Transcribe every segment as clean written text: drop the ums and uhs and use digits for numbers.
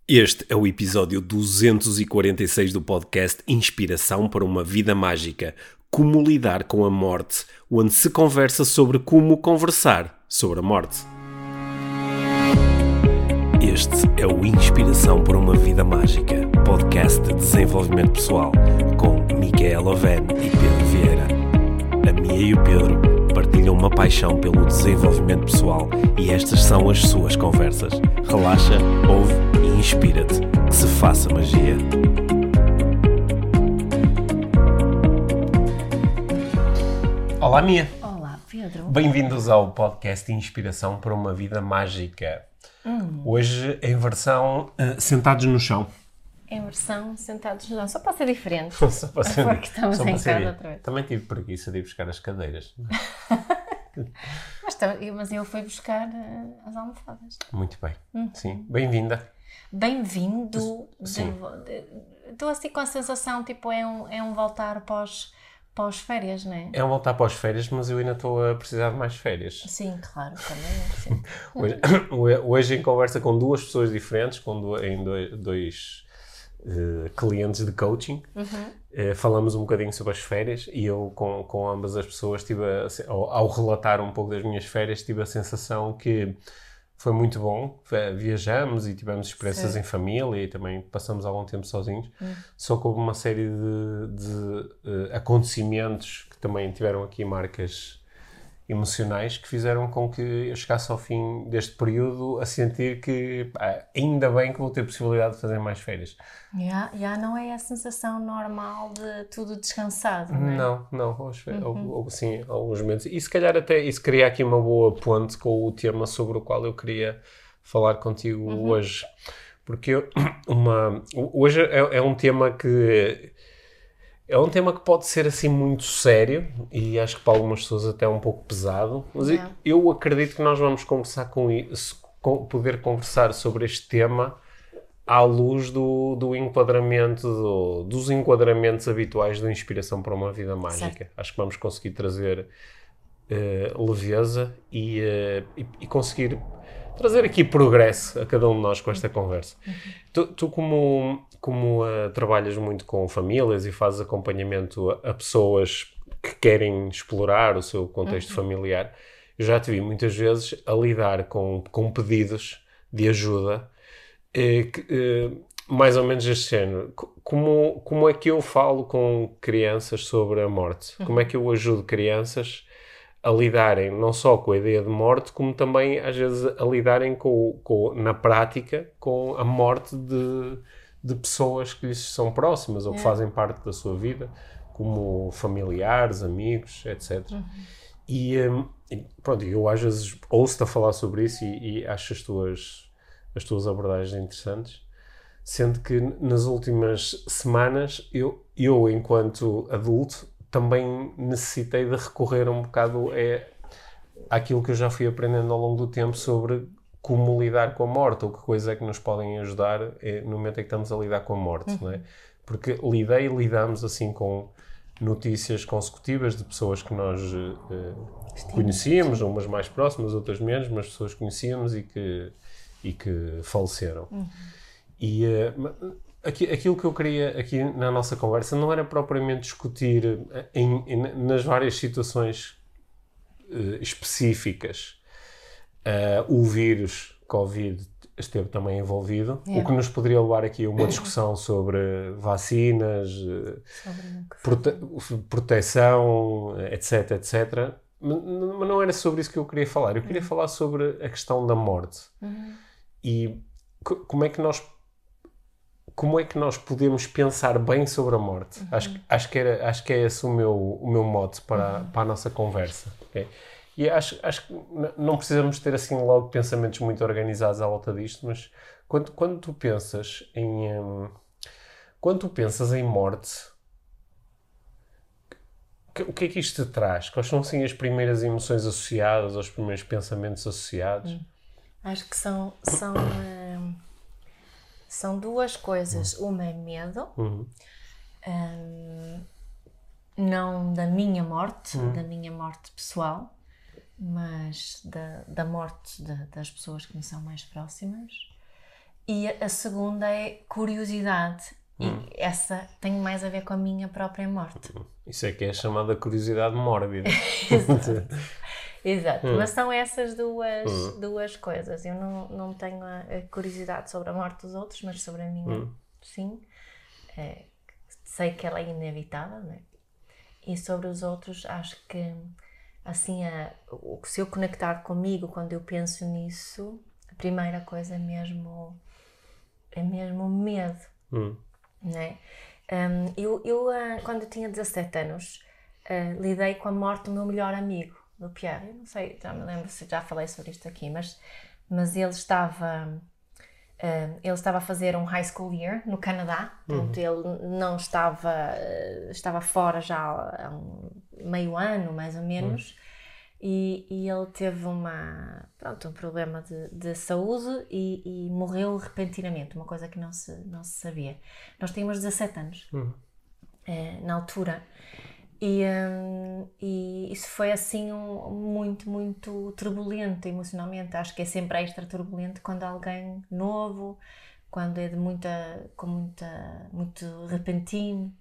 Este é o episódio 246 do podcast Inspiração para uma Vida Mágica. Como lidar com a morte, onde se conversa sobre como conversar sobre a morte. Este é o Inspiração para uma Vida Mágica, podcast de desenvolvimento pessoal, com Micaela Oven e Pedro Vieira. A Mia e o Pedro partilham uma paixão pelo desenvolvimento pessoal e estas são as suas conversas. Relaxa, ouve e inspira-te. Que se faça magia. Olá, Mia. Olá, Pedro. Bem-vindos ao podcast Inspiração para uma Vida Mágica. Hoje em versão sentados no chão. Em versão sentados no chão, só para ser diferente. Só para ser, porque estamos só em para ser casa outra vez. Também tive preguiça de ir buscar as cadeiras. Mas eu fui buscar as almofadas. Muito bem. Sim, bem-vinda. Bem-vindo. Sim. Estou assim com a sensação, tipo, é um voltar pós-férias, não é? É um voltar para as férias, mas eu ainda estou a precisar de mais férias. Sim, claro, também. Sim. Hoje em conversa com duas pessoas diferentes, com dois clientes de coaching, falamos um bocadinho sobre as férias e eu com ambas as pessoas ao relatar um pouco das minhas férias, tive a sensação que foi muito bom. Viajamos e tivemos experiências em família e também passamos algum tempo sozinhos, só que houve uma série de acontecimentos que também tiveram aqui marcas emocionais que fizeram com que eu chegasse ao fim deste período a sentir que ainda bem que vou ter possibilidade de fazer mais férias. Já não é a sensação normal de tudo descansado, não é? Não. Sim, alguns momentos. E se calhar até isso cria aqui uma boa ponte com o tema sobre o qual eu queria falar contigo hoje. Porque hoje é um tema que... É um tema que pode ser assim muito sério e acho que para algumas pessoas até um pouco pesado, mas eu acredito que nós vamos conversar poder conversar sobre este tema à luz do enquadramento, dos enquadramentos habituais da Inspiração para uma Vida Mágica. Certo. Acho que vamos conseguir trazer leveza e conseguir trazer aqui progresso a cada um de nós com esta conversa. Tu como trabalhas muito com famílias e fazes acompanhamento a pessoas que querem explorar o seu contexto familiar, eu já te vi muitas vezes a lidar com pedidos de ajuda, mais ou menos deste género. Como é que eu falo com crianças sobre a morte? Como é que eu ajudo crianças a lidarem não só com a ideia de morte, como também, às vezes, a lidarem na prática com a morte de pessoas que lhes são próximas ou que fazem parte da sua vida, como familiares, amigos, etc. E pronto, eu às vezes ouço-te a falar sobre isso e acho as tuas abordagens interessantes, sendo que nas últimas semanas eu enquanto adulto, também necessitei de recorrer um bocado àquilo que eu já fui aprendendo ao longo do tempo sobre como lidar com a morte, ou que coisas é que nos podem ajudar no momento em que estamos a lidar com a morte, não é? Porque lidamos assim com notícias consecutivas de pessoas que nós conhecíamos, umas mais próximas, outras menos, mas pessoas que conhecíamos e que faleceram. E aquilo que eu queria aqui na nossa conversa não era propriamente discutir nas várias situações específicas. O vírus Covid esteve também envolvido, o que nos poderia levar aqui a uma discussão sobre vacinas, proteção, etc, etc. Mas não era sobre isso que eu queria falar. Eu queria falar sobre a questão da morte. E como é que nós podemos pensar bem sobre a morte? Acho que é esse o meu mote para a nossa conversa. Okay? E acho que não precisamos ter assim logo pensamentos muito organizados à volta disto, mas quando tu pensas em morte, o que é que isto te traz? Quais são assim as primeiras emoções associadas, os primeiros pensamentos associados? Acho que são duas coisas. Uma é medo, não da minha morte pessoal, mas da morte das pessoas que me são mais próximas. E a segunda é curiosidade. E essa tem mais a ver com a minha própria morte. Isso é que é chamada curiosidade mórbida. Exato. Mas são essas duas coisas. Eu não tenho a curiosidade sobre a morte dos outros, mas sobre a minha, sim. Sei que ela é inevitável, né? E sobre os outros, acho que assim, se eu conectar comigo quando eu penso nisso, a primeira coisa é mesmo o medo, né? Quando eu tinha 17 anos, lidei com a morte do meu melhor amigo, do Pierre. Eu não sei, já me lembro se já falei sobre isto aqui, mas ele estava a fazer um high school year no Canadá, portanto ele não estava fora já há meio ano, mais ou menos, e ele teve um problema de saúde e morreu repentinamente, uma coisa que não se sabia. Nós tínhamos 17 anos na altura. E isso foi assim muito, muito turbulento emocionalmente. Acho que é sempre extra turbulento quando alguém novo, quando é muito repentino.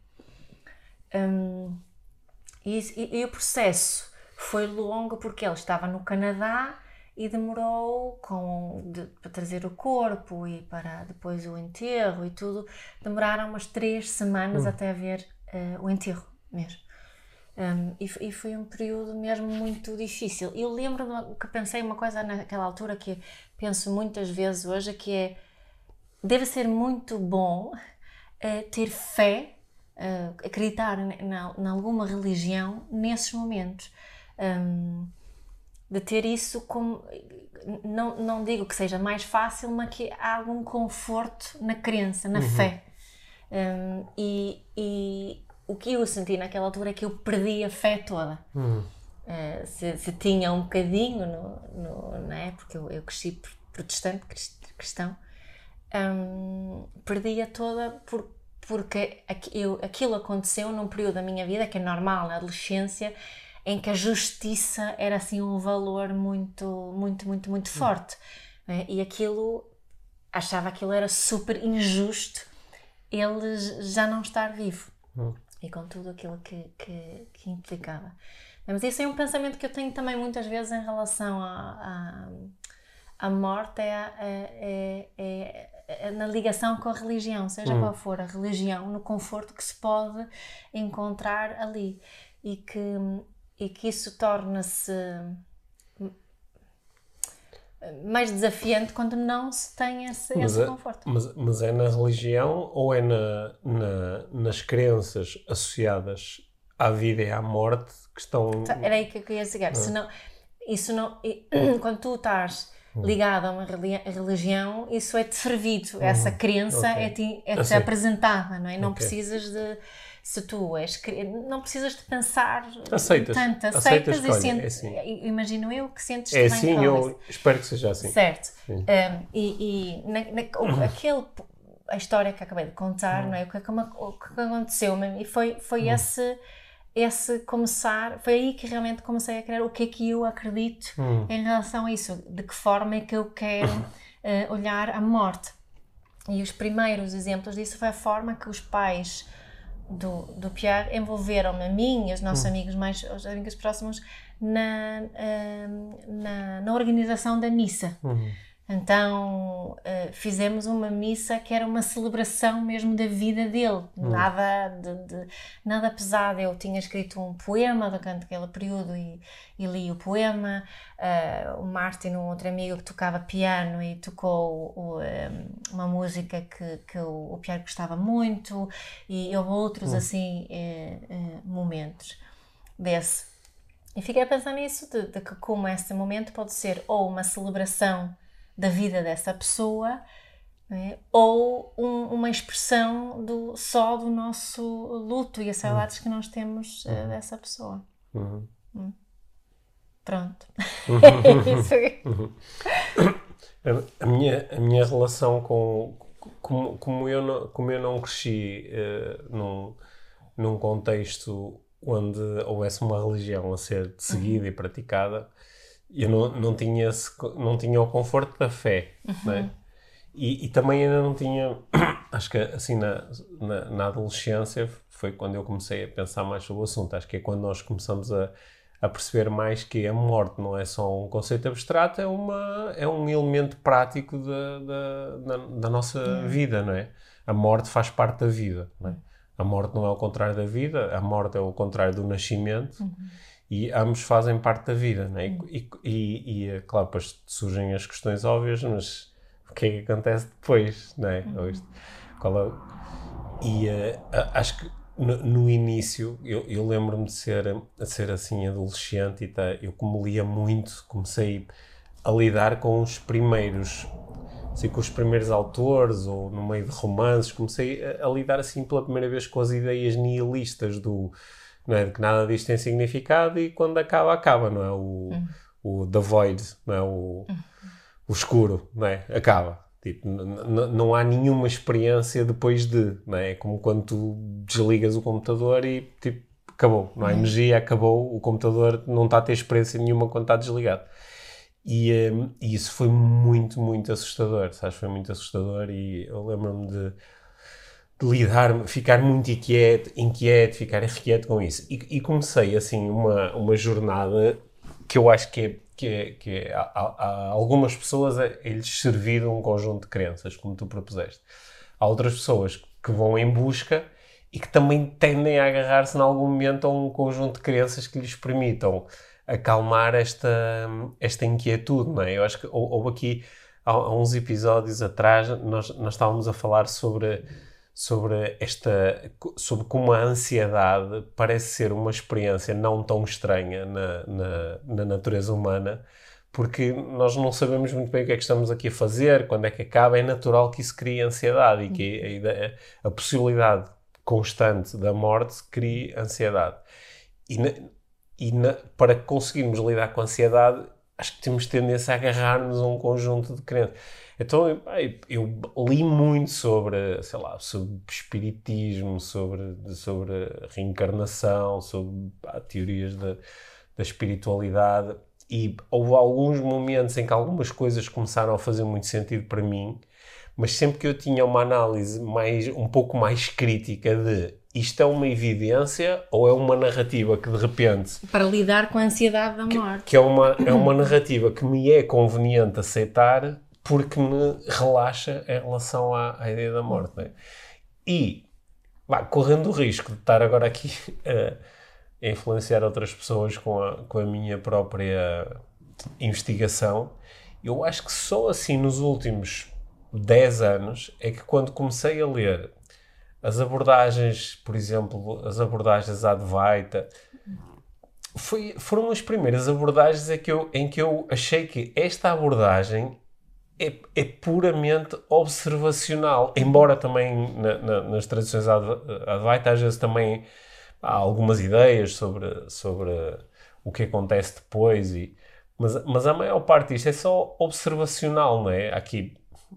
E o processo foi longo porque ele estava no Canadá e demorou para trazer o corpo e para depois o enterro e tudo. Demoraram umas 3 semanas até haver o enterro mesmo. E foi um período mesmo muito difícil. Eu lembro que pensei uma coisa naquela altura que penso muitas vezes hoje, que é, deve ser muito bom ter fé, acreditar em alguma religião nesses momentos. De ter isso como... Não digo que seja mais fácil, mas que há algum conforto na crença, na fé. E o que eu senti naquela altura é que eu perdi a fé toda. Se tinha um bocadinho, né? Porque eu cresci protestante, cristão, perdi-a toda porque aquilo aconteceu num período da minha vida que é normal, na adolescência, em que a justiça era assim um valor muito, muito, muito, muito forte. E achava aquilo era super injusto, ele já não estar vivo. E com tudo aquilo que implicava. Mas isso é um pensamento que eu tenho também muitas vezes em relação à morte, na ligação com a religião, seja qual for a religião, no conforto que se pode encontrar ali. E que isso torna-se mais desafiante quando não se tem esse conforto. Mas é na religião ou é nas crenças associadas à vida e à morte que estão... Era aí que eu queria chegar. Quando tu estás ligado a uma religião, isso é-te servido, essa crença é-te apresentada, não é? Não precisas de... Se tu não precisas de pensar tanto, aceitas e sentes, imagino eu que sentes bem assim, com eu isso. espero que seja assim. Certo. A história que acabei de contar, não é? O que aconteceu mesmo, e foi esse começar, foi aí que realmente comecei a criar o que é que eu acredito em relação a isso, de que forma é que eu quero olhar a morte. E os primeiros exemplos disso foi a forma que os pais do Pierre envolveram-me a mim e os nossos amigos os amigos próximos na organização da missa. Então fizemos uma missa que era uma celebração mesmo da vida dele, nada pesado. Eu tinha escrito um poema durante aquele período e li o poema. O Martin, um outro amigo que tocava piano, e tocou uma música que o Pierre gostava muito, e houve outros assim momentos desse. E fiquei a pensar nisso, de que como esse momento pode ser ou uma celebração da vida dessa pessoa, né? Ou uma expressão só do nosso luto e as saudades que nós temos dessa pessoa. Pronto. A minha relação como eu não cresci num contexto onde houvesse uma religião a ser seguida e praticada, eu não tinha o conforto da fé, né? E também ainda não tinha, acho que assim na adolescência foi quando eu comecei a pensar mais sobre o assunto. Acho que é quando nós começamos a perceber mais que a morte não é só um conceito abstrato, é um elemento prático da nossa vida, não é? A morte faz parte da vida, não é? A morte não é o contrário da vida, a morte é o contrário do nascimento. E ambos fazem parte da vida, não é? Claro, depois surgem as questões óbvias, mas o que é que acontece depois, não é? Acho que no início, eu lembro-me de ser assim adolescente e eu como lia muito, comecei a lidar com os primeiros, assim, com os primeiros autores ou no meio de romances, comecei a lidar assim pela primeira vez com as ideias nihilistas não é? De que nada disto tem significado e quando acaba, acaba, não é? O The Void, não é? O escuro, não é? Acaba. Tipo, não há nenhuma experiência depois não é? É como quando tu desligas o computador e, tipo, acabou. Não há energia, acabou. O computador não está a ter experiência nenhuma quando está desligado. E isso foi muito, muito assustador, sabes? Foi muito assustador e eu lembro-me de lidar, ficar muito inquieto, ficar irrequieto com isso. E comecei, assim, uma jornada que eu acho que há algumas pessoas lhes servir um conjunto de crenças, como tu propuseste. Há outras pessoas que vão em busca e que também tendem a agarrar-se em algum momento a um conjunto de crenças que lhes permitam acalmar esta inquietude, não é? Eu acho que houve aqui, há uns episódios atrás, nós estávamos a falar sobre como a ansiedade parece ser uma experiência não tão estranha na natureza humana, porque nós não sabemos muito bem o que é que estamos aqui a fazer, quando é que acaba, é natural que isso crie ansiedade e que a possibilidade constante da morte crie ansiedade. Para conseguirmos lidar com a ansiedade, acho que temos tendência a agarrar-nos a um conjunto de crenças. Então eu li muito sobre, sei lá, sobre espiritismo, sobre reencarnação, sobre teorias da espiritualidade, e houve alguns momentos em que algumas coisas começaram a fazer muito sentido para mim, mas sempre que eu tinha uma análise um pouco mais crítica de isto é uma evidência ou é uma narrativa que de repente... Para lidar com a ansiedade da morte. Que é uma narrativa que me é conveniente aceitar porque me relaxa em relação à ideia da morte. Não é? E, correndo o risco de estar agora aqui a influenciar outras pessoas com a minha própria investigação, eu acho que só assim nos últimos 10 anos é que quando comecei a ler as abordagens, por exemplo, as abordagens Advaita, foram as primeiras abordagens em que eu achei que esta abordagem é puramente observacional, embora também nas tradições Advaita às vezes também há algumas ideias sobre o que acontece depois, mas a maior parte disto é só observacional, não é? Aqui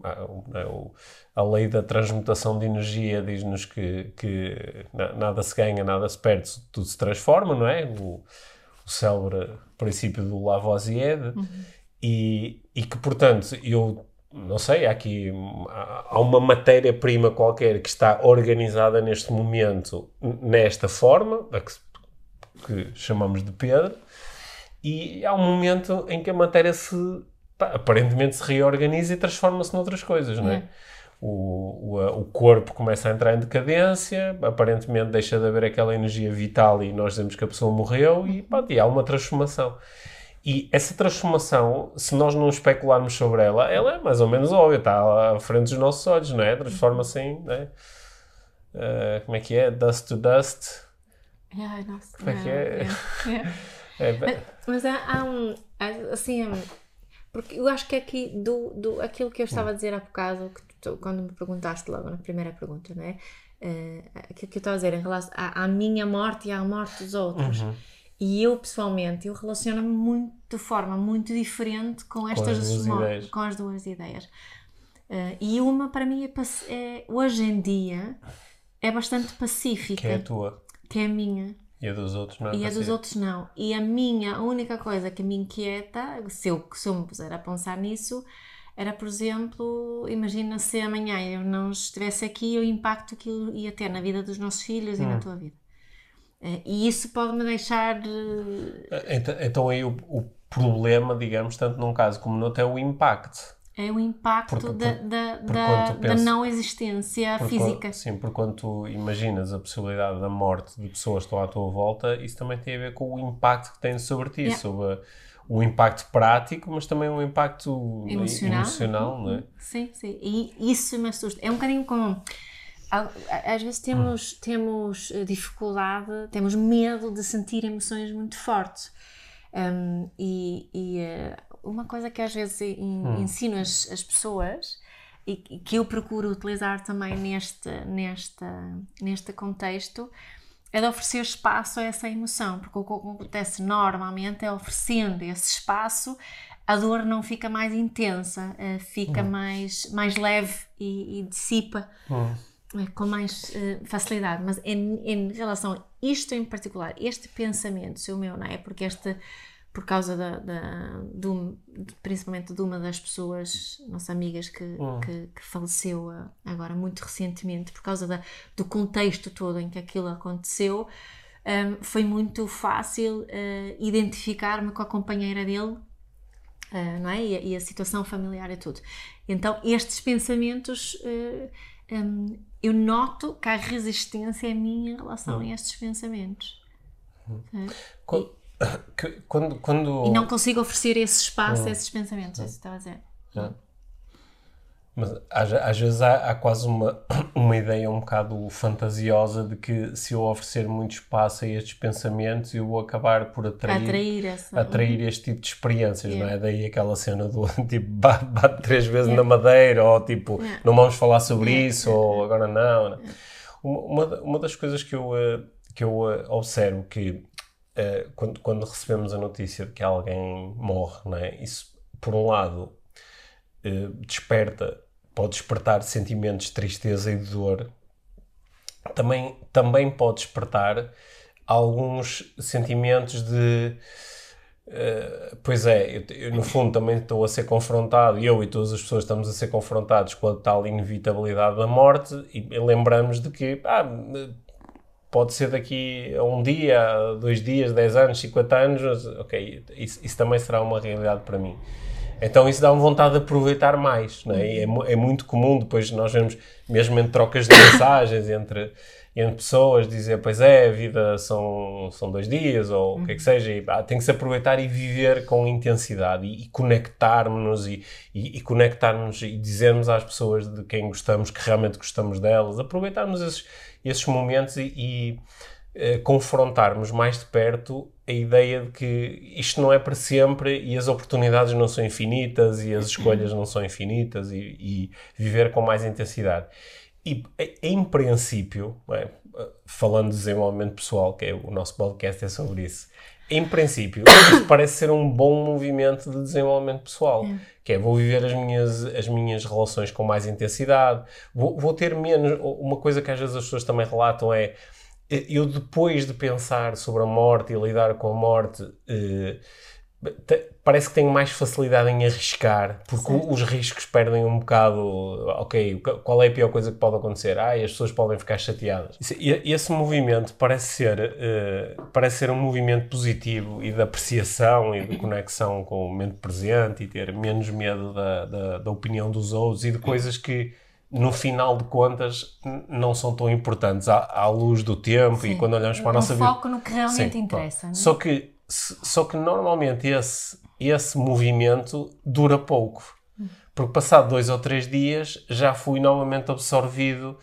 a lei da transmutação de energia diz-nos que nada se ganha, nada se perde, tudo se transforma, não é? O célebre princípio do Lavoisier. E que, portanto, eu não sei, há uma matéria-prima qualquer que está organizada neste momento, nesta forma, que chamamos de Pedro, e há um momento em que a matéria aparentemente se reorganiza e transforma-se noutras coisas, não é? O corpo começa a entrar em decadência, aparentemente deixa de haver aquela energia vital e nós dizemos que a pessoa morreu e há uma transformação. E essa transformação, se nós não especularmos sobre ela é mais ou menos óbvia, está à frente dos nossos olhos, não é? Transforma-se em, não é? Como é que é? Dust to dust. Ai, nossa. Como é que é? Mas há assim, porque eu acho que aqui aquilo que eu estava a dizer há bocado, quando me perguntaste logo na primeira pergunta, não é? Aquilo que eu estava a dizer em relação à minha morte e à morte dos outros. E eu, pessoalmente, relaciono-me de forma muito diferente com as duas ideias. E uma, para mim, hoje em dia, é bastante pacífica. Que é a tua. Que é a minha. E a dos outros não é? E a dos outros não. E a única coisa que me inquieta, se eu me puser a pensar nisso, era, por exemplo, imagina se amanhã eu não estivesse aqui, o impacto que aquilo ia ter na vida dos nossos filhos e na tua vida. E isso pode-me deixar... Então aí o problema, digamos, tanto num caso como no outro, é o impacto. É o impacto da não existência física. Sim, porque quando tu imaginas a possibilidade da morte de pessoas que estão à tua volta, isso também tem a ver com o impacto que tem sobre ti, sobre o impacto prático, mas também um impacto emocional, não é? Sim. E isso me assusta. É um bocadinho como... Às vezes temos dificuldade, temos medo de sentir emoções muito fortes. Uma coisa que às vezes ensino as pessoas e que eu procuro utilizar também neste contexto é de oferecer espaço a essa emoção, porque o que acontece normalmente é oferecendo esse espaço, a dor não fica mais intensa, fica mais leve e dissipa com mais facilidade. Mas em relação a isto em particular, este pensamento seu meu, não é? Porque por causa principalmente de uma das pessoas, nossas amigas que faleceu agora muito recentemente, por causa do contexto todo em que aquilo aconteceu, foi muito fácil identificar-me com a companheira dele, não é? E a situação familiar e tudo. Então estes pensamentos, eu noto que há resistência em mim em relação a estes pensamentos. Quando... E não consigo oferecer esse espaço a esses pensamentos, é isso que estava a dizer. Mas às vezes há quase uma ideia um bocado fantasiosa de que se eu oferecer muito espaço a estes pensamentos eu vou acabar por atrair este tipo de experiências, não é? Daí aquela cena do tipo bate 3 vezes na madeira, ou tipo não vamos falar sobre isso, ou agora não. Uma das coisas que eu observo que quando recebemos a notícia de que alguém morre, não é? Isso, por um lado, pode despertar sentimentos de tristeza e de dor. Também pode despertar alguns sentimentos de... pois é, eu no fundo também estou a ser confrontado, eu e todas as pessoas estamos a ser confrontados com a tal inevitabilidade da morte, e lembramos de que... pode ser daqui a um dia, 2 dias, 10 anos, 50 anos, ok, isso também será uma realidade para mim. Então isso dá-me vontade de aproveitar mais, não é? É muito comum, depois nós vemos, mesmo em trocas de mensagens entre pessoas, dizer, pois é, a vida são 2 dias, ou o que é que seja, e tem que se aproveitar e viver com intensidade, e conectarmos-nos, e conectarmos e dizermos às pessoas de quem gostamos, que realmente gostamos delas, aproveitarmos esses momentos e confrontarmos mais de perto a ideia de que isto não é para sempre e as oportunidades não são infinitas e as escolhas não são infinitas, e viver com mais intensidade. E em princípio, falando de desenvolvimento pessoal, que é o nosso podcast é sobre isso, em princípio, isto parece ser um bom movimento de desenvolvimento pessoal, que é, vou viver as minhas relações com mais intensidade, vou ter menos... Uma coisa que às vezes as pessoas também relatam é, eu depois de pensar sobre a morte e lidar com a morte, parece que tenho mais facilidade em arriscar, porque os riscos perdem um bocado, ok, qual é a pior coisa que pode acontecer? As pessoas podem ficar chateadas. Esse movimento parece ser um movimento positivo e de apreciação e de conexão com o momento presente, e ter menos medo da opinião dos outros e de coisas que, no final de contas, não são tão importantes à luz do tempo. E quando olhamos para a nossa vida... foco no que realmente interessa. Não é? Só que normalmente esse movimento dura pouco, porque passado 2 ou 3 dias já fui novamente absorvido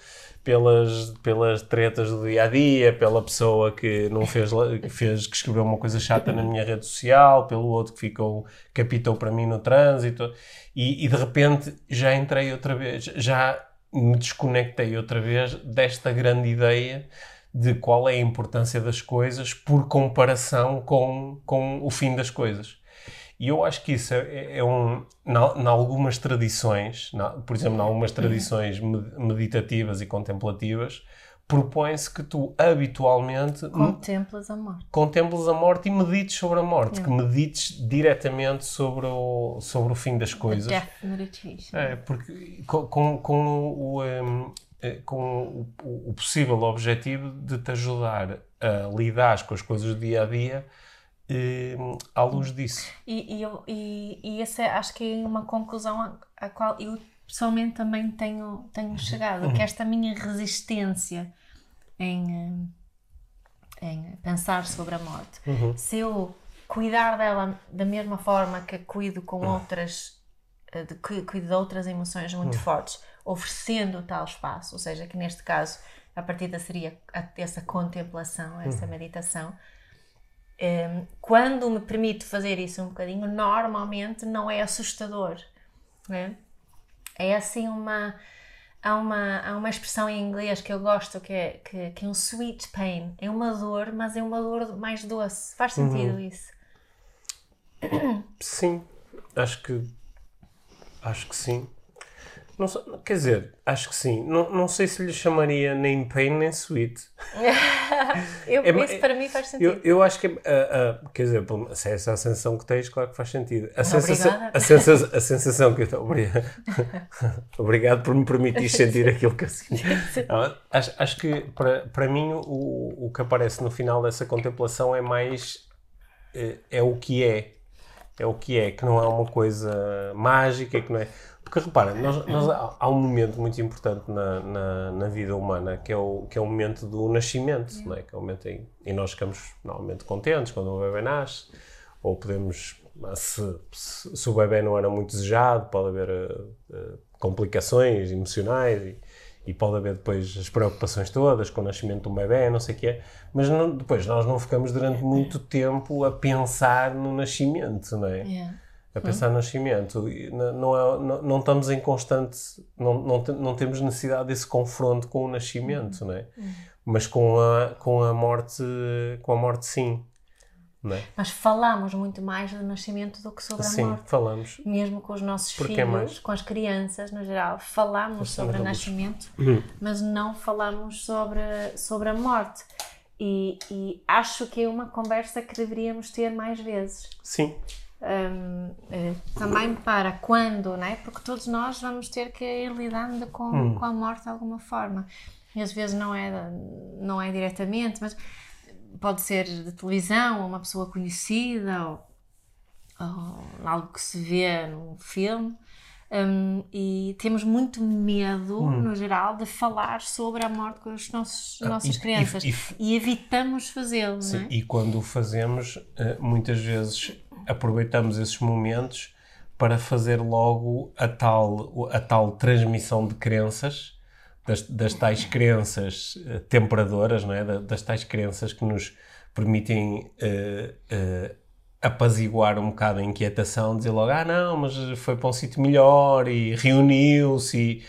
pelas tretas do dia-a-dia, pela pessoa que não fez, que escreveu uma coisa chata na minha rede social, pelo outro que capitou para mim no trânsito, e de repente já entrei outra vez, já me desconectei outra vez desta grande ideia de qual é a importância das coisas por comparação com o fim das coisas. E eu acho que isso em algumas tradições, por exemplo, em algumas tradições meditativas e contemplativas, propõe-se que tu habitualmente contemplas a morte e medites sobre a morte, que medites diretamente sobre o fim das coisas. Death meditation. Porque com o possível objetivo de te ajudar a lidar com as coisas do dia a dia à luz disso. E essa acho que é uma conclusão à qual eu pessoalmente também tenho chegado, que esta minha resistência em pensar sobre a morte, se eu cuidar dela da mesma forma que cuido com outras, cuido de outras emoções muito fortes, oferecendo tal espaço, ou seja, que neste caso a partida seria essa contemplação, essa meditação. Quando me permito fazer isso um bocadinho, normalmente não é assustador, né? É assim há uma expressão em inglês que eu gosto que é um sweet pain, é uma dor, mas é uma dor mais doce. Faz sentido isso? Sim, acho que sim. Não sei, quer dizer, acho que sim. Não sei se lhe chamaria nem pain nem sweet. Isso para mim faz sentido. Eu acho que, quer dizer, se é essa a sensação que tens, claro que faz sentido. A sensação que eu estou... Obrigado por me permitir sentir aquilo que eu sinto. Acho que, para mim, o que aparece no final dessa contemplação é mais... é o que é. É o que é, que não é uma coisa mágica, que não é... Porque repara, há um momento muito importante na vida humana que é o momento do nascimento, não é? Que é o momento em nós ficamos normalmente contentes quando o bebê nasce, ou podemos, se o bebê não era muito desejado, pode haver complicações emocionais e pode haver depois as preocupações todas com o nascimento de um bebê, não sei o que é, mas depois nós não ficamos durante muito tempo a pensar no nascimento, não é? A pensar no nascimento, não estamos em constante, não temos necessidade desse confronto com o nascimento, não é? Mas com a morte sim, não é? Mas falamos muito mais do nascimento do que sobre a morte. Sim, falamos. Mesmo com os nossos filhos, com as crianças no geral, falamos sobre o nascimento, mas não falamos sobre a morte. E acho que é uma conversa que deveríamos ter mais vezes. Sim. Também para quando, não é? Porque todos nós vamos ter que ir lidando com a morte de alguma forma. E às vezes não é diretamente, mas pode ser de televisão, ou uma pessoa conhecida, ou algo que se vê num filme. E temos muito medo, no geral, de falar sobre a morte com as nossas crianças. E evitamos fazê-lo, não é? E quando o fazemos, muitas vezes aproveitamos esses momentos para fazer logo a tal transmissão de crenças, das tais crenças temperadoras, não é? Das tais crenças que nos permitem apaziguar um bocado a inquietação, dizer logo, não, mas foi para um sítio melhor e reuniu-se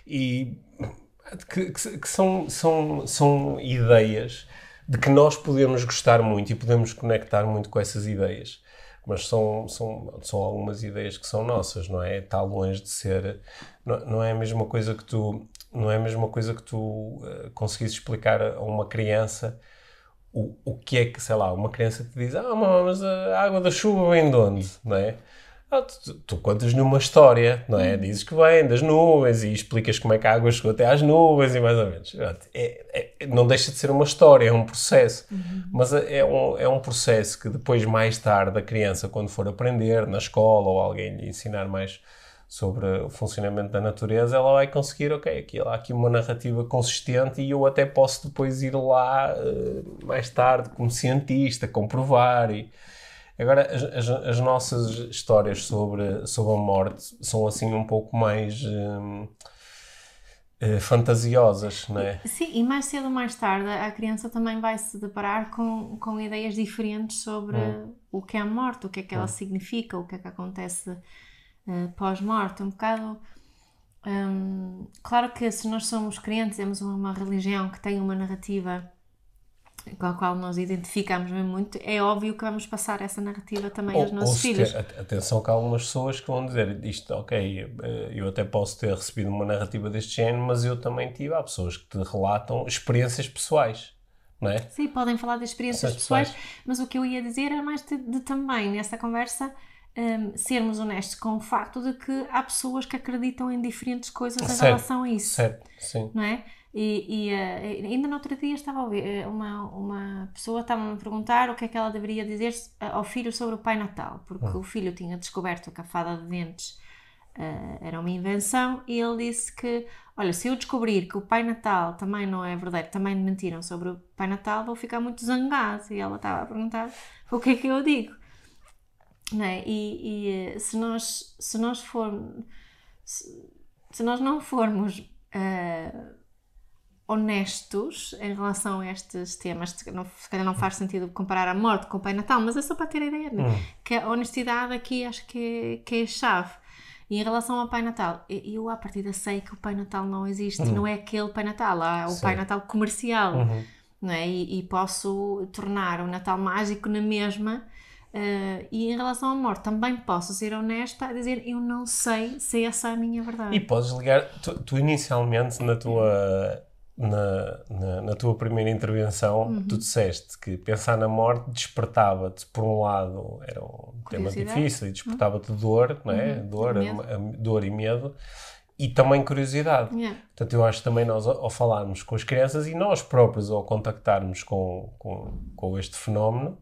que são ideias de que nós podemos gostar muito e podemos conectar muito com essas ideias, mas são algumas ideias que são nossas, não é? Está longe de ser, não é a mesma coisa que tu conseguires explicar a uma criança o que é que, sei lá, uma criança te diz, mas a água da chuva vem de onde, não é? Tu contas numa história, não é? Dizes que vem das nuvens e explicas como é que a água chegou até às nuvens e mais ou menos. Não deixa de ser uma história, é um processo. Mas é um processo que depois, mais tarde, a criança, quando for aprender na escola ou alguém lhe ensinar mais sobre o funcionamento da natureza, ela vai conseguir, há aqui uma narrativa consistente e eu até posso depois ir lá mais tarde como cientista, comprovar. Agora, as nossas histórias sobre a morte são assim um pouco mais fantasiosas, não é? Sim, e mais cedo ou mais tarde a criança também vai se deparar com ideias diferentes sobre o que é a morte, o que é que ela significa, o que é que acontece pós-morte. Um bocado... claro que se nós somos crentes, temos uma religião que tem uma narrativa com a qual nós identificamos mesmo muito, é óbvio que vamos passar essa narrativa também aos nossos filhos. Atenção que há algumas pessoas que vão dizer isto, ok, eu até posso ter recebido uma narrativa deste género, mas eu também tive. Há pessoas que te relatam experiências pessoais, não é? Sim, podem falar de experiências pessoais, mas o que eu ia dizer era mais de também, nessa conversa, sermos honestos com o facto de que há pessoas que acreditam em diferentes coisas em relação a isso. Certo, sim. Não é? E ainda no outro dia estava a ouvir, uma pessoa estava-me a perguntar o que é que ela deveria dizer ao filho sobre o Pai Natal, porque o filho tinha descoberto que a fada de dentes era uma invenção, e ele disse que, olha, se eu descobrir que o Pai Natal também não é verdadeiro, também me mentiram sobre o Pai Natal, vou ficar muito zangado. E ela estava a perguntar o que é que eu digo, não é? E se nós não formos honestos em relação a estes temas, se calhar não faz sentido comparar a morte com o Pai Natal, mas é só para ter a ideia, né? Que a honestidade aqui acho que é a chave. E em relação ao Pai Natal, eu à partida sei que o Pai Natal não existe, não é aquele Pai Natal, há o Pai Natal comercial, não é? E posso tornar o Natal mágico na mesma. E em relação à morte também posso ser honesta a dizer eu não sei se essa é a minha verdade. E podes ligar, tu inicialmente na tua primeira intervenção, tu disseste que pensar na morte despertava-te, por um lado, era um tema difícil e despertava-te dor, não é? Dor e medo, e também curiosidade. Yeah. Portanto, eu acho que também nós, ao falarmos com as crianças e nós próprios ao contactarmos com este fenómeno,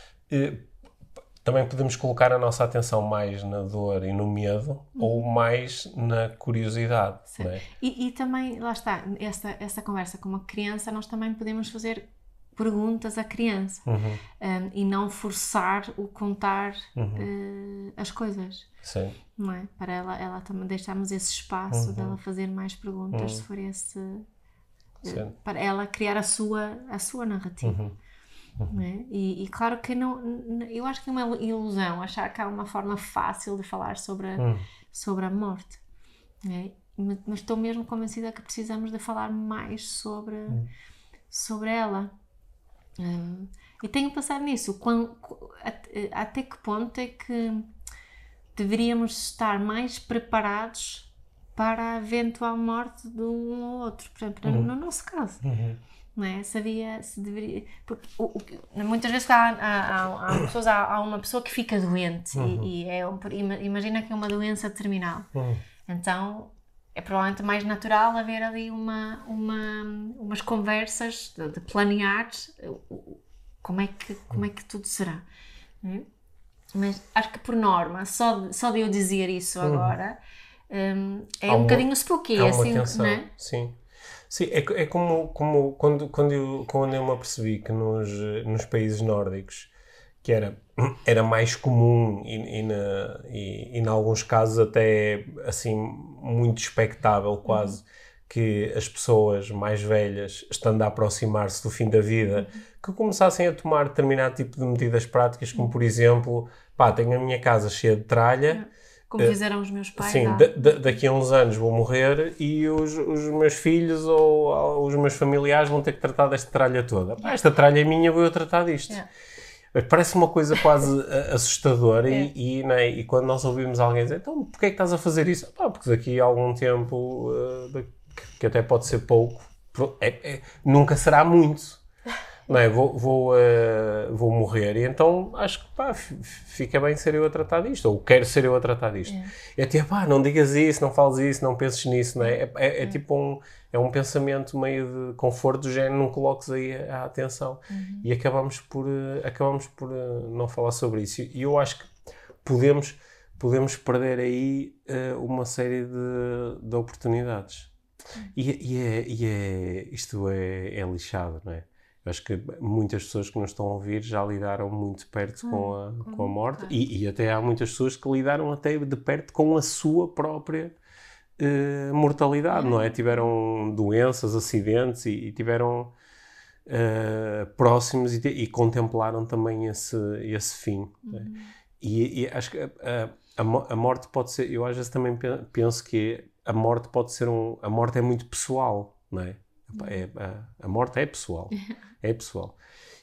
também podemos colocar a nossa atenção mais na dor e no medo ou mais na curiosidade. Não é? E também, lá está, essa conversa com uma criança, nós também podemos fazer perguntas à criança e não forçar o contar as coisas. Sim. Não é? Para ela também deixarmos esse espaço dela fazer mais perguntas se for esse... para ela criar a sua narrativa. É? E claro que eu acho que é uma ilusão achar que há uma forma fácil de falar sobre a morte, é? Mas estou mesmo convencida que precisamos de falar mais sobre ela, e tenho pensado nisso, até que ponto é que deveríamos estar mais preparados para a eventual morte de um ou outro, por exemplo, no nosso caso. Não é? Se deveria, porque muitas vezes há uma pessoa que fica doente e imagina que é uma doença terminal, então é provavelmente mais natural haver ali umas conversas de planear como é que tudo será, mas acho que por norma só de eu dizer isso agora é um bocadinho spooky, assim, não é? Sim. Sim, é como quando eu me apercebi que nos países nórdicos que era mais comum e em alguns casos até assim muito expectável quase que as pessoas mais velhas, estando a aproximar-se do fim da vida, que começassem a tomar determinado tipo de medidas práticas, como por exemplo, tenho a minha casa cheia de tralha. Como fizeram os meus pais. Sim, daqui a uns anos vou morrer e os meus filhos ou os meus familiares vão ter que tratar desta tralha toda. Esta tralha é minha, vou eu tratar disto. Parece uma coisa quase assustadora e quando nós ouvimos alguém dizer, então porquê é que estás a fazer isso? Porque daqui a algum tempo, que até pode ser pouco, nunca será muito. Não é? Vou morrer e então acho que fica bem ser eu a tratar disto, ou quero ser eu a tratar disto. É tipo, não digas isso, não fales isso, não penses nisso, não é? É tipo um pensamento meio de conforto do género, não coloques aí a atenção. E acabamos por não falar sobre isso. E eu acho que podemos perder aí uma série de oportunidades. Isto é lixado, não é? Eu acho que muitas pessoas que nos estão a ouvir já lidaram muito perto com a morte e até há muitas pessoas que lidaram até de perto com a sua própria mortalidade, não é? Tiveram doenças, acidentes e tiveram próximos e contemplaram também esse fim. Né? E acho que a morte pode ser... Eu às vezes também penso que a morte pode ser a morte é muito pessoal, não é? A morte é pessoal. É pessoal.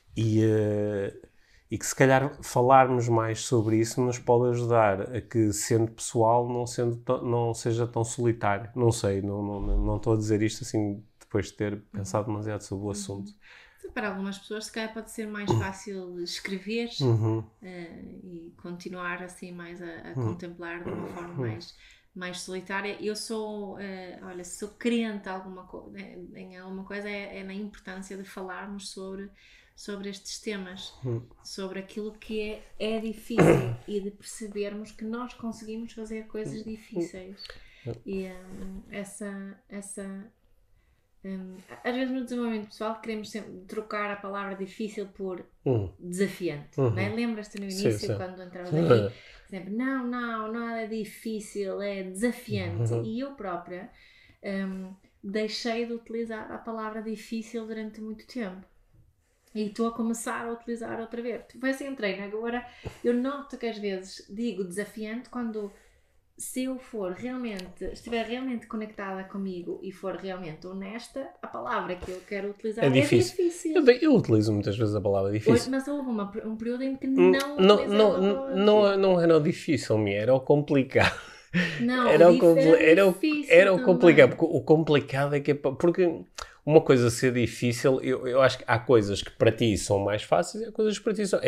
E que se calhar falarmos mais sobre isso nos pode ajudar a que, sendo pessoal, não seja tão solitário. Não sei, não estou a dizer isto assim depois de ter pensado demasiado sobre o assunto. Para algumas pessoas, se calhar pode ser mais fácil escrever e continuar assim mais a contemplar de uma forma mais solitária. Eu sou, sou crente em alguma coisa, é na importância de falarmos sobre estes temas, sobre aquilo que é difícil e de percebermos que nós conseguimos fazer coisas difíceis. E às vezes no desenvolvimento pessoal queremos sempre trocar a palavra difícil por desafiante. Não é? Lembras-te no início, sim. Quando entravas aqui, sempre, não é difícil, é desafiante. E eu própria deixei de utilizar a palavra difícil durante muito tempo. E estou a começar a utilizar outra vez. Foi assim, entrei, agora eu noto que às vezes digo desafiante quando, se eu estiver realmente conectada comigo e for realmente honesta, a palavra que eu quero utilizar é difícil. Eu utilizo muitas vezes a palavra difícil. Mas houve um período em que não era o difícil, era o complicado. Não, era o complicado, porque o complicado é que porque uma coisa ser difícil, eu acho que há coisas que para ti são mais fáceis e há coisas que para ti são...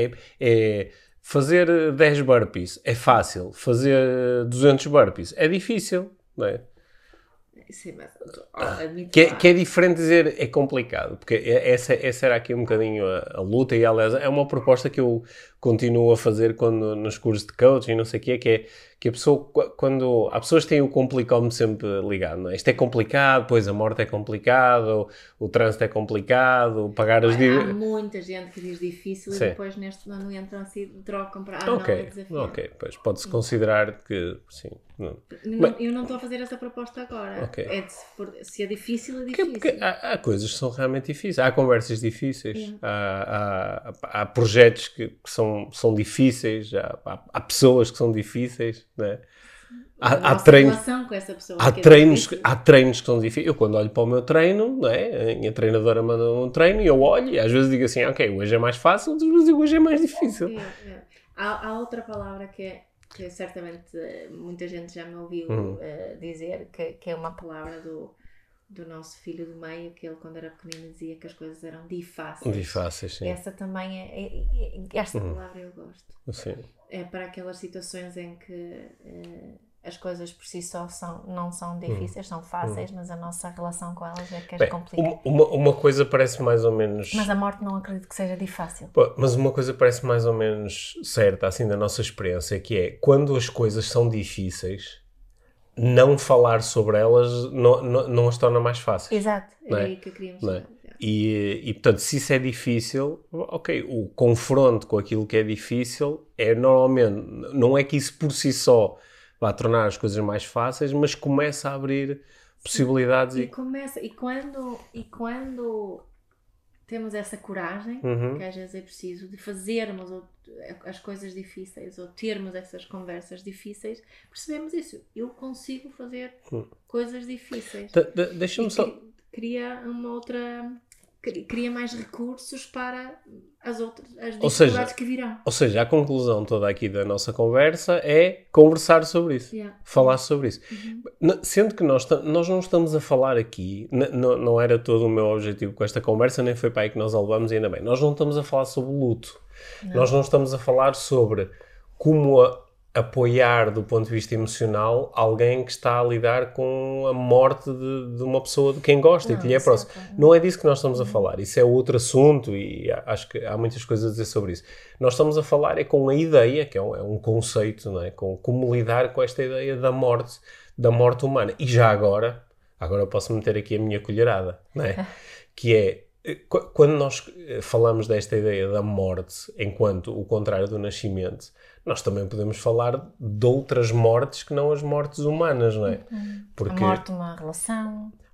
Fazer 10 burpees é fácil, fazer 200 burpees é difícil, não é? Sim, mas que é diferente dizer é complicado, porque essa era aqui um bocadinho a luta, e aliás é uma proposta que eu continuo a fazer nos cursos de coaching e não sei o que a pessoa, quando há pessoas que têm o complicómetro sempre ligado, não é? Isto é complicado, pois a morte é complicado, o trânsito é complicado, pagar as dívidas. Há muita gente que diz difícil, sim. E depois neste ano entram assim, trocam para não é desafiante. Ok, pois pode-se considerar que sim. Eu não estou a fazer essa proposta agora. Okay. Se é difícil, é difícil. Porque há coisas que são realmente difíceis. Há conversas difíceis. Há projetos que são difíceis. Há pessoas que são difíceis. Né? Há treinos, com essa pessoa há treinos que são difíceis. Eu quando olho para o meu treino, né, a minha treinadora manda um treino e eu olho e às vezes digo assim, ok, hoje é mais fácil, outras vezes hoje é mais difícil. Há outra palavra que certamente muita gente já me ouviu dizer, que é uma palavra do nosso filho do meio, que ele quando era pequenino dizia que as coisas eram difáceis. Difáceis, sim. Essa também esta palavra eu gosto. Sim. É para aquelas situações em que as coisas por si só não são difíceis, são fáceis, mas a nossa relação com elas é que é complicada. Uma coisa parece mais ou menos... Mas a morte não acredito que seja fácil. Mas uma coisa parece mais ou menos certa, assim, da nossa experiência, que é, quando as coisas são difíceis, não falar sobre elas não as torna mais fáceis. Exato, é aí que queríamos saber. E, portanto, se isso é difícil, ok, o confronto com aquilo que é difícil é normalmente, não é que isso por si só vá tornar as coisas mais fáceis, mas começa a abrir possibilidades. E quando temos essa coragem, que às vezes é preciso, de fazermos as coisas difíceis ou termos essas conversas difíceis, percebemos isso. Eu consigo fazer coisas difíceis. Deixa-me só... Cria mais recursos para as dificuldades que virão. Ou seja, a conclusão toda aqui da nossa conversa é conversar sobre isso. Falar sobre isso. Sendo que nós não estamos a falar aqui, não era todo o meu objetivo com esta conversa, nem foi para aí que nós a levamos, e ainda bem. Nós não estamos a falar sobre luto. Nós não estamos a falar sobre como apoiar do ponto de vista emocional alguém que está a lidar com a morte de uma pessoa de quem gosta e que lhe é próximo. Não é disso que nós estamos a falar. Isso é outro assunto e acho que há muitas coisas a dizer sobre isso. Nós estamos a falar com a ideia, que é um conceito, não é? Com como lidar com esta ideia da morte humana. E já agora posso meter aqui a minha colherada, não é? Que é, quando nós falamos desta ideia da morte enquanto o contrário do nascimento, nós também podemos falar de outras mortes que não as mortes humanas, não é? Porque a morte de uma relação.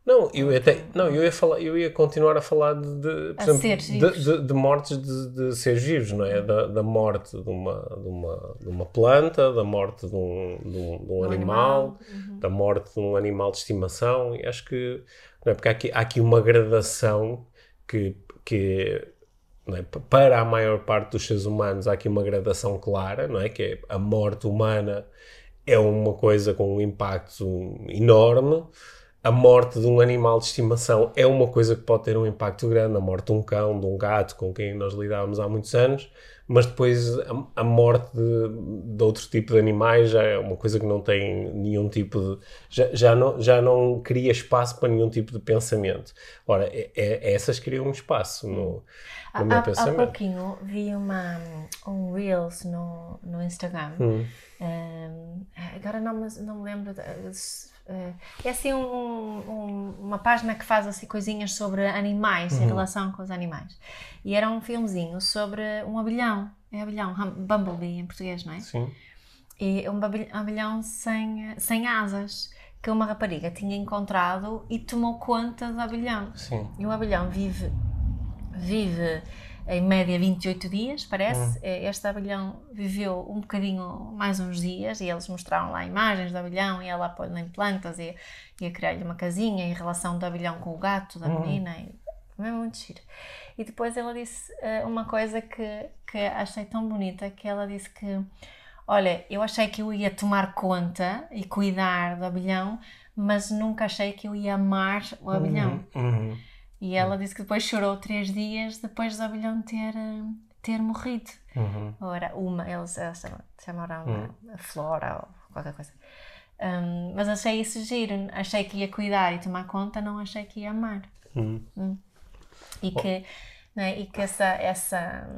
Não, eu ia continuar a falar por exemplo, de mortes de seres vivos, não é? Da morte de uma planta, da morte de um animal, da morte de um animal de estimação. E acho que, não é? Porque há aqui uma gradação que não é? Para a maior parte dos seres humanos há aqui uma gradação clara, não é? Que é a morte humana é uma coisa com um impacto enorme. A morte de um animal de estimação é uma coisa que pode ter um impacto grande. A morte de um cão, de um gato com quem nós lidávamos há muitos anos, mas depois a morte de outro tipo de animais já é uma coisa que não tem nenhum tipo de... Já não cria espaço para nenhum tipo de pensamento. Ora, essas criam um espaço no meu pensamento. Há pouquinho vi um Reels no Instagram. Agora não me lembro... É assim uma página que faz assim coisinhas sobre animais, em relação com os animais. E era um filmezinho sobre um abelhão. É abelhão, Bumblebee em português, não é? Sim. E um abelhão sem asas, que uma rapariga tinha encontrado e tomou conta do abelhão. Sim. E o abelhão vive em média 28 dias, parece. Este abelhão viveu um bocadinho mais uns dias e eles mostraram lá imagens do abelhão e ela pôs em plantas e a criar-lhe uma casinha, e a relação do abelhão com o gato da menina. É muito giro. E depois ela disse uma coisa que achei tão bonita, que ela disse que, olha, eu achei que eu ia tomar conta e cuidar do abelhão, mas nunca achei que eu ia amar o abelhão. E ela disse que depois chorou 3 dias depois do abelhão ter morrido. Ora, eles chamaram a Flora ou qualquer coisa. Mas achei isso giro. Achei que ia cuidar e tomar conta, não achei que ia amar. E que, né, essa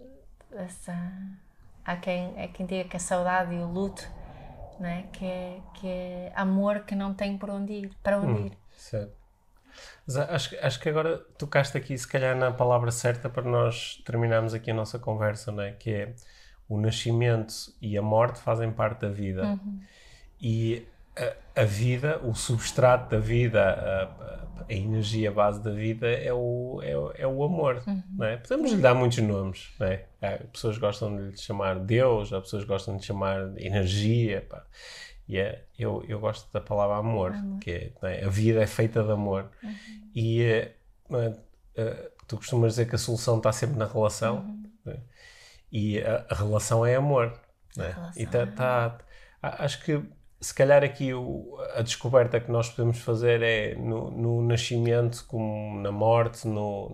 há quem diga que a saudade e o luto, né, que é amor que não tem para onde ir. Certo. Mas acho que agora tocaste aqui, se calhar, na palavra certa para nós terminarmos aqui a nossa conversa, não é? Que é o nascimento e a morte fazem parte da vida. E a vida, o substrato da vida, a energia base da vida é o amor, não é? Podemos lhe dar muitos nomes, não é? Há pessoas gostam de lhe chamar Deus, há pessoas gostam de lhe chamar energia, pá. E eu gosto da palavra amor, que é, a vida é feita de amor. E tu costumas dizer que a solução está sempre na relação, né? E a relação é amor, né? E acho que se calhar aqui a descoberta que nós podemos fazer é no nascimento como na morte,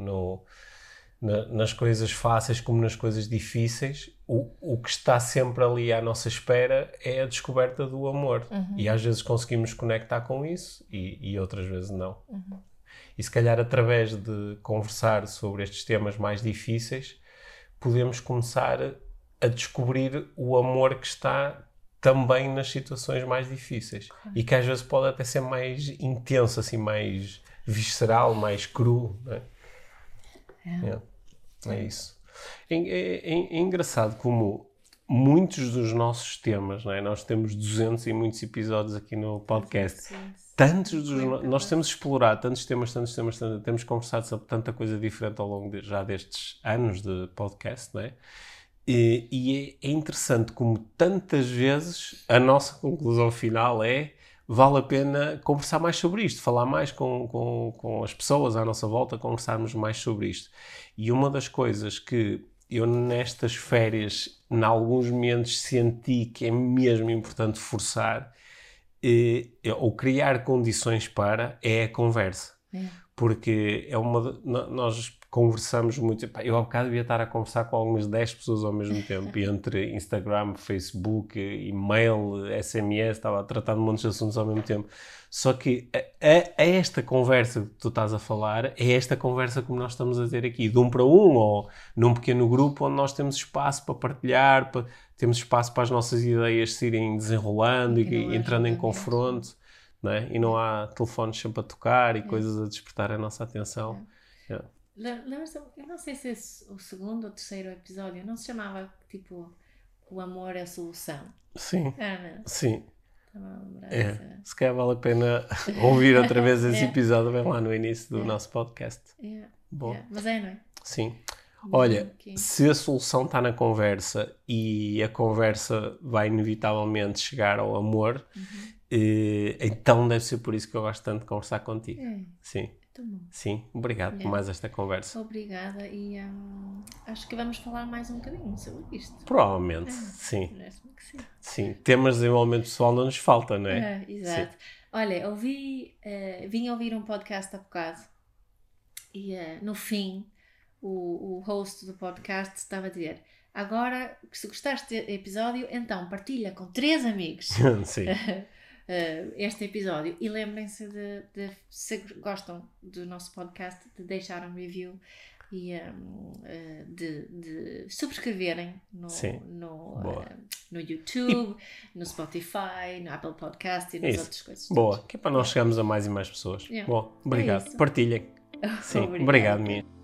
nas coisas fáceis como nas coisas difíceis, o que está sempre ali à nossa espera é a descoberta do amor. E às vezes conseguimos conectar com isso e outras vezes não. E se calhar através de conversar sobre estes temas mais difíceis, podemos começar a descobrir o amor que está também nas situações mais difíceis. E que às vezes pode até ser mais intenso, assim, mais visceral, mais cru, não é? É isso. É engraçado como muitos dos nossos temas, não é? Nós temos 200 e muitos episódios aqui no podcast. Nós temos explorado tantos temas, temos conversado sobre tanta coisa diferente ao longo já destes anos de podcast, não é? E é interessante como tantas vezes a nossa conclusão final vale a pena conversar mais sobre isto, falar mais com as pessoas à nossa volta, conversarmos mais sobre isto. E uma das coisas que eu nestas férias, em alguns momentos, senti que é mesmo importante forçar ou criar condições para, é a conversa. Porque nós conversamos muito. Eu há bocado devia estar a conversar com algumas 10 pessoas ao mesmo tempo, e entre Instagram, Facebook, e-mail, SMS, estava a tratar de um monte de assuntos ao mesmo tempo. Só que esta conversa que tu estás a falar é esta conversa que nós estamos a ter aqui, de um para um, ou num pequeno grupo onde nós temos espaço para partilhar, temos espaço para as nossas ideias se irem desenrolando e entrando em confronto, não é? E não há telefones sempre a tocar e coisas a despertar a nossa atenção. Lembras-te, eu não sei se é o segundo ou terceiro episódio, não se chamava tipo O Amor é a Solução? Sim, sim. Se calhar vale a pena ouvir outra vez esse episódio, bem lá no início do nosso podcast. Bom. Mas não é? Sim. Olha, se a solução está na conversa e a conversa vai inevitavelmente chegar ao amor, então deve ser por isso que eu gosto tanto de conversar contigo. Sim. Bom. Sim, obrigado por mais esta conversa. Obrigada e acho que vamos falar mais um bocadinho sobre isto. Provavelmente, sim. Parece-me que sim. Sim, temas de desenvolvimento pessoal não nos falta, não é? Exato. Sim. Olha, vim ouvir um podcast há bocado e no fim o host do podcast estava a dizer: agora, se gostaste do episódio, então partilha com 3 amigos. Sim. Este episódio e lembrem-se de se gostam do nosso podcast, de deixar um review e de subscreverem no YouTube, no Spotify, no Apple Podcast e nas outras coisas. Boa, que é para nós chegarmos a mais e mais pessoas. Bom, obrigado. Partilhem. Sim, obrigado, minha.